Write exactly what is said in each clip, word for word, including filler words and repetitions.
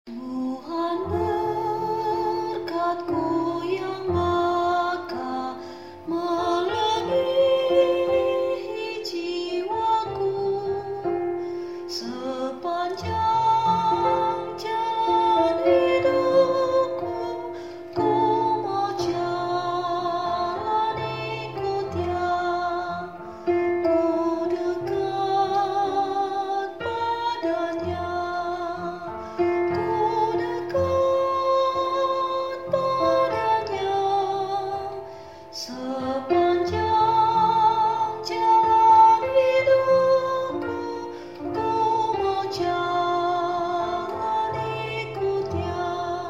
Tuhan berkat-Ku yang maka melebihi jiwaku, sepanjang jalan hidupku, ku mau jalan ikut-Nya, ku dekat padanya. Sepanjang jalan hidupku, ku mau jalan ikut-Nya.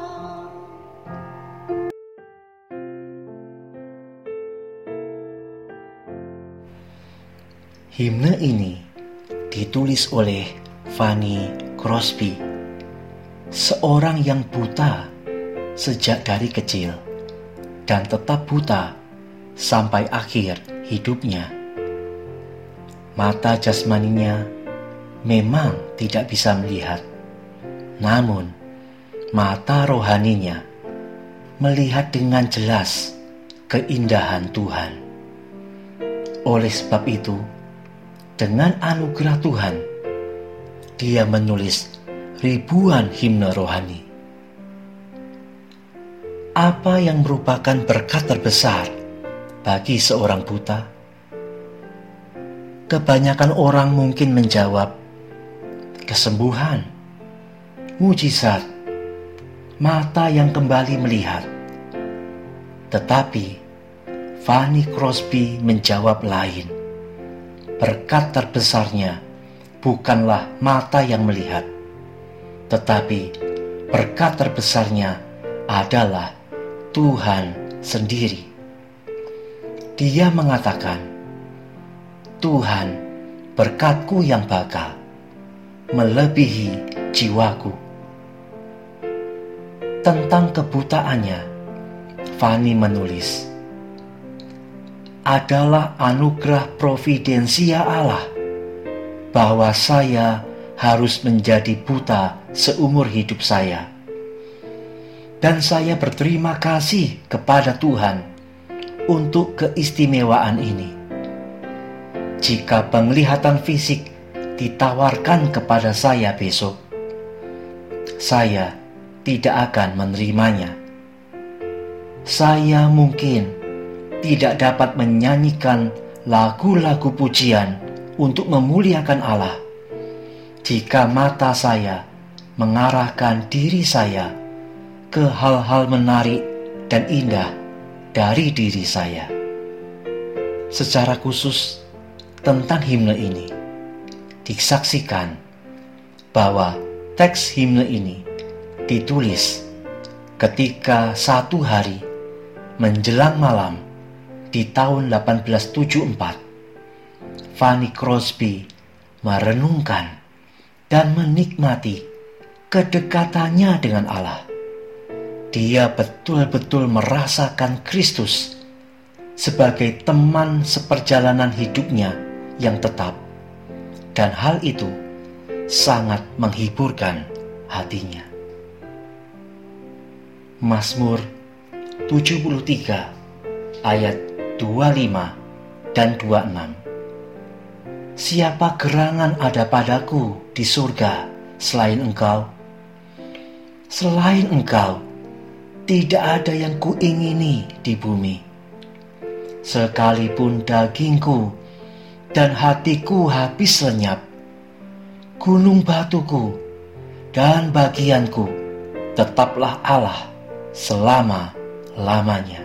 Himne ini ditulis oleh Fanny Crosby, seorang yang buta sejak dari kecil dan tetap buta sampai akhir hidupnya. Mata jasmaninya memang tidak bisa melihat, namun mata rohaninya melihat dengan jelas keindahan Tuhan. Oleh sebab itu, dengan anugerah Tuhan, dia menulis ribuan himne rohani. Apa yang merupakan berkat terbesar bagi seorang buta? Kebanyakan orang mungkin menjawab, kesembuhan, mujizat, mata yang kembali melihat. Tetapi Fanny Crosby menjawab lain. Berkat terbesarnya bukanlah mata yang melihat, tetapi berkat terbesarnya adalah Tuhan sendiri. Dia mengatakan, Tuhan berkat-Ku yang bakal melebihi jiwaku. Tentang kebutaannya, Fanny menulis, adalah anugerah providensia Allah bahwa saya harus menjadi buta seumur hidup saya. Dan saya berterima kasih kepada Tuhan untuk keistimewaan ini. Jika penglihatan fisik ditawarkan kepada saya besok, saya tidak akan menerimanya. Saya mungkin tidak dapat menyanyikan lagu-lagu pujian untuk memuliakan Allah jika mata saya mengarahkan diri saya ke hal-hal menarik dan indah dari diri saya. Secara khusus tentang himne ini, disaksikan bahwa teks himne ini ditulis ketika satu hari menjelang malam di tahun delapan belas tujuh puluh empat, Fanny Crosby merenungkan dan menikmati kedekatannya dengan Allah. Dia betul-betul merasakan Kristus sebagai teman seperjalanan hidupnya yang tetap, dan hal itu sangat menghiburkan hatinya. Mazmur tujuh puluh tiga ayat dua puluh lima dan dua puluh enam. Siapa gerangan ada padaku di surga selain Engkau? Selain Engkau, tidak ada yang kuingini di bumi. Sekalipun dagingku dan hatiku habis lenyap, gunung batuku dan bagianku tetaplah Allah selama-lamanya.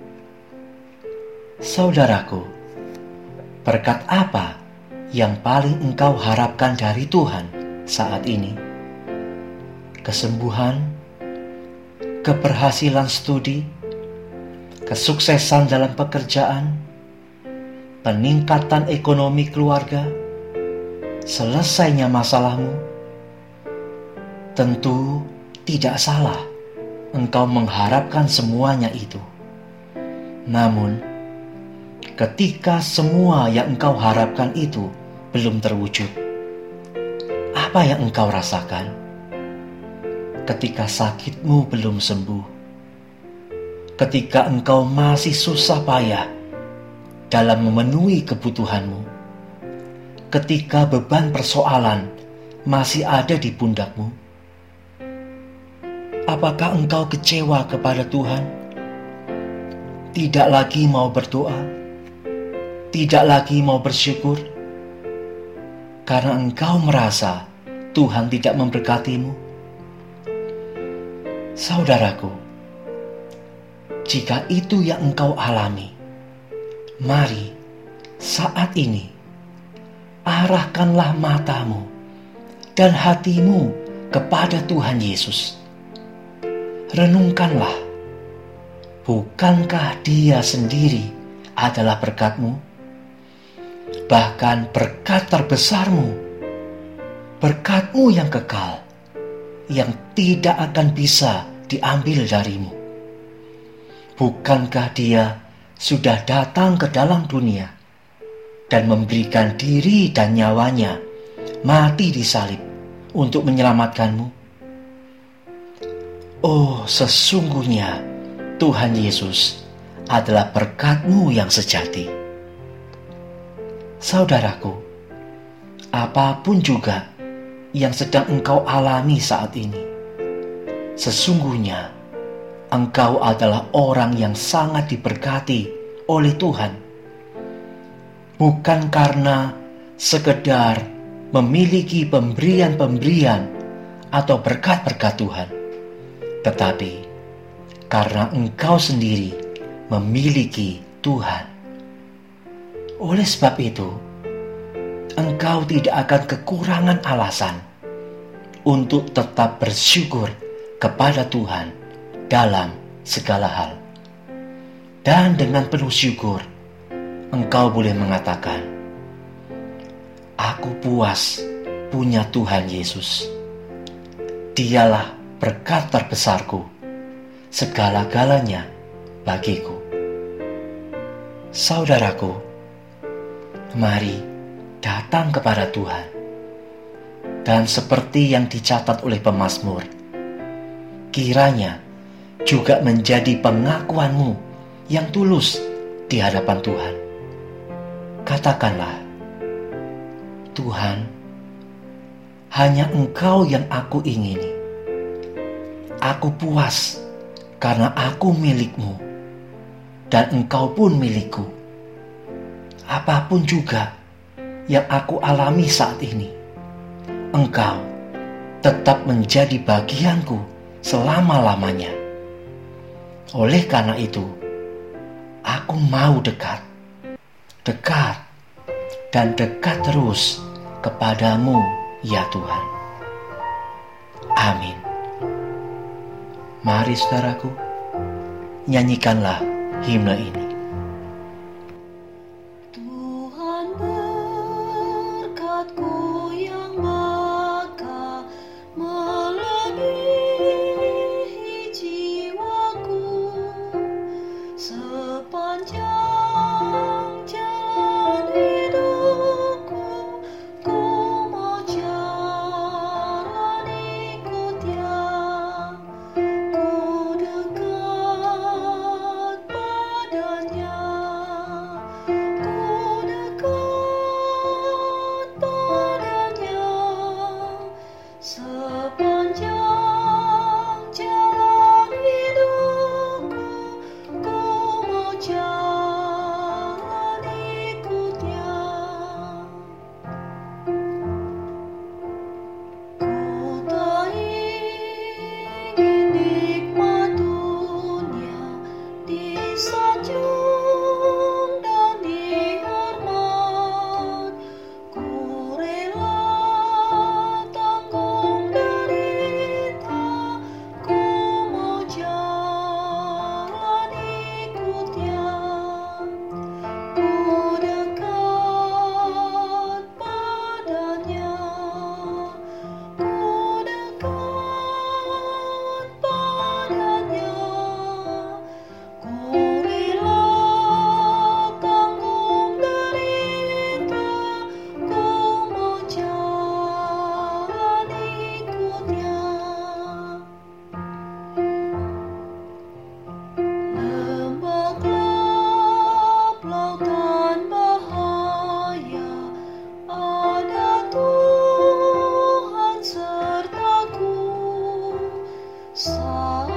Saudaraku, berkat apa yang paling engkau harapkan dari Tuhan saat ini? Kesembuhan, keberhasilan studi, kesuksesan dalam pekerjaan, peningkatan ekonomi keluarga, selesainya masalahmu? Tentu tidak salah engkau mengharapkan semuanya itu. Namun, ketika semua yang engkau harapkan itu belum terwujud, apa yang engkau rasakan? ketika sakitmu belum sembuh, ketika engkau masih susah payah dalam memenuhi kebutuhanmu, ketika beban persoalan masih ada di pundakmu. Apakah engkau kecewa kepada Tuhan? Tidak lagi mau berdoa? Tidak lagi mau bersyukur? Karena engkau merasa Tuhan tidak memberkatimu? Saudaraku, jika itu yang engkau alami, mari saat ini arahkanlah matamu dan hatimu kepada Tuhan Yesus. Renungkanlah, bukankah Dia sendiri adalah berkat-Mu? Bahkan berkat terbesar-Mu, berkat-Mu yang kekal, yang tidak akan bisa diambil darimu. Bukankah Dia sudah datang ke dalam dunia dan memberikan diri dan nyawanya mati di salib untuk menyelamatkanmu? Oh, sesungguhnya Tuhan Yesus adalah berkat-Mu yang sejati. Saudaraku, apapun juga yang sedang engkau alami saat ini, sesungguhnya engkau adalah orang yang sangat diberkati oleh Tuhan. Bukan karena sekedar memiliki pemberian-pemberian atau berkat-berkat Tuhan, tetapi karena engkau sendiri memiliki Tuhan. Oleh sebab itu, engkau tidak akan kekurangan alasan untuk tetap bersyukur kepada Tuhan dalam segala hal. Dan dengan penuh syukur, engkau boleh mengatakan, "Aku puas punya Tuhan Yesus. Dialah berkat terbesarku, segala-galanya bagiku." Saudaraku, mari datang kepada Tuhan. Dan seperti yang dicatat oleh pemazmur, kiranya juga menjadi pengakuanmu yang tulus di hadapan Tuhan. Katakanlah, "Tuhan, hanya Engkau yang aku ingini. Aku puas karena aku milik-Mu, dan Engkau pun milikku. Apapun juga yang aku alami saat ini, Engkau tetap menjadi bagianku selama-lamanya. Oleh karena itu, aku mau dekat, dekat, dan dekat terus kepadamu, ya Tuhan." Amin. Mari saudaraku, nyanyikanlah himne ini. Tuhan berkat-Ku yang maka melebihi jiwaku, sepanjang jalan hidupku Ku mau jalan ikut-Nya. Ku dekat padanya Saat